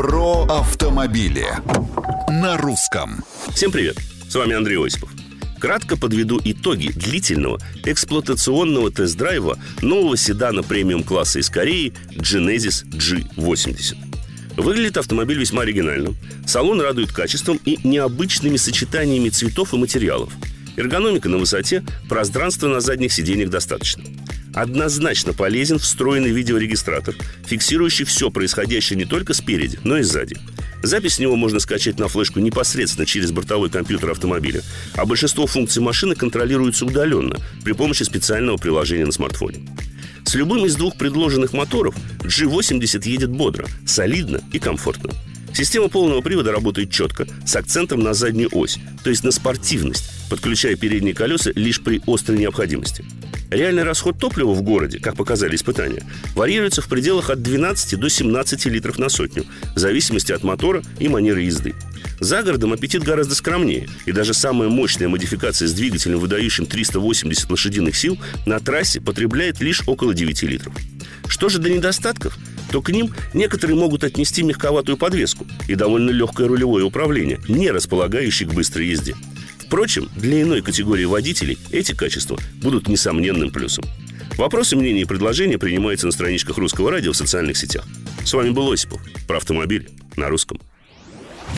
Про автомобили на русском. Всем привет, с вами Андрей Осипов. Кратко подведу итоги длительного эксплуатационного тест-драйва нового седана премиум-класса из Кореи Genesis G80. Выглядит автомобиль весьма оригинально. Салон радует качеством и необычными сочетаниями цветов и материалов. Эргономика на высоте, пространства на задних сиденьях достаточно. Однозначно полезен встроенный видеорегистратор, фиксирующий все происходящее не только спереди, но и сзади. Запись с него можно скачать на флешку непосредственно через бортовой компьютер автомобиля, а большинство функций машины контролируется удаленно при помощи специального приложения на смартфоне. С любым из двух предложенных моторов G80 едет бодро, солидно и комфортно. Система полного привода работает четко, с акцентом на заднюю ось, то есть на спортивность, подключая передние колеса лишь при острой необходимости. Реальный расход топлива в городе, как показали испытания, варьируется в пределах от 12 до 17 литров на сотню, в зависимости от мотора и манеры езды. За городом аппетит гораздо скромнее, и даже самая мощная модификация с двигателем, выдающим 380 лошадиных сил, на трассе потребляет лишь около 9 литров. Что же до недостатков, то к ним некоторые могут отнести мягковатую подвеску и довольно легкое рулевое управление, не располагающее к быстрой езде. Впрочем, для иной категории водителей эти качества будут несомненным плюсом. Вопросы, мнения и предложения принимаются на страничках Русского радио в социальных сетях. С вами был Осипов. Про автомобили на русском.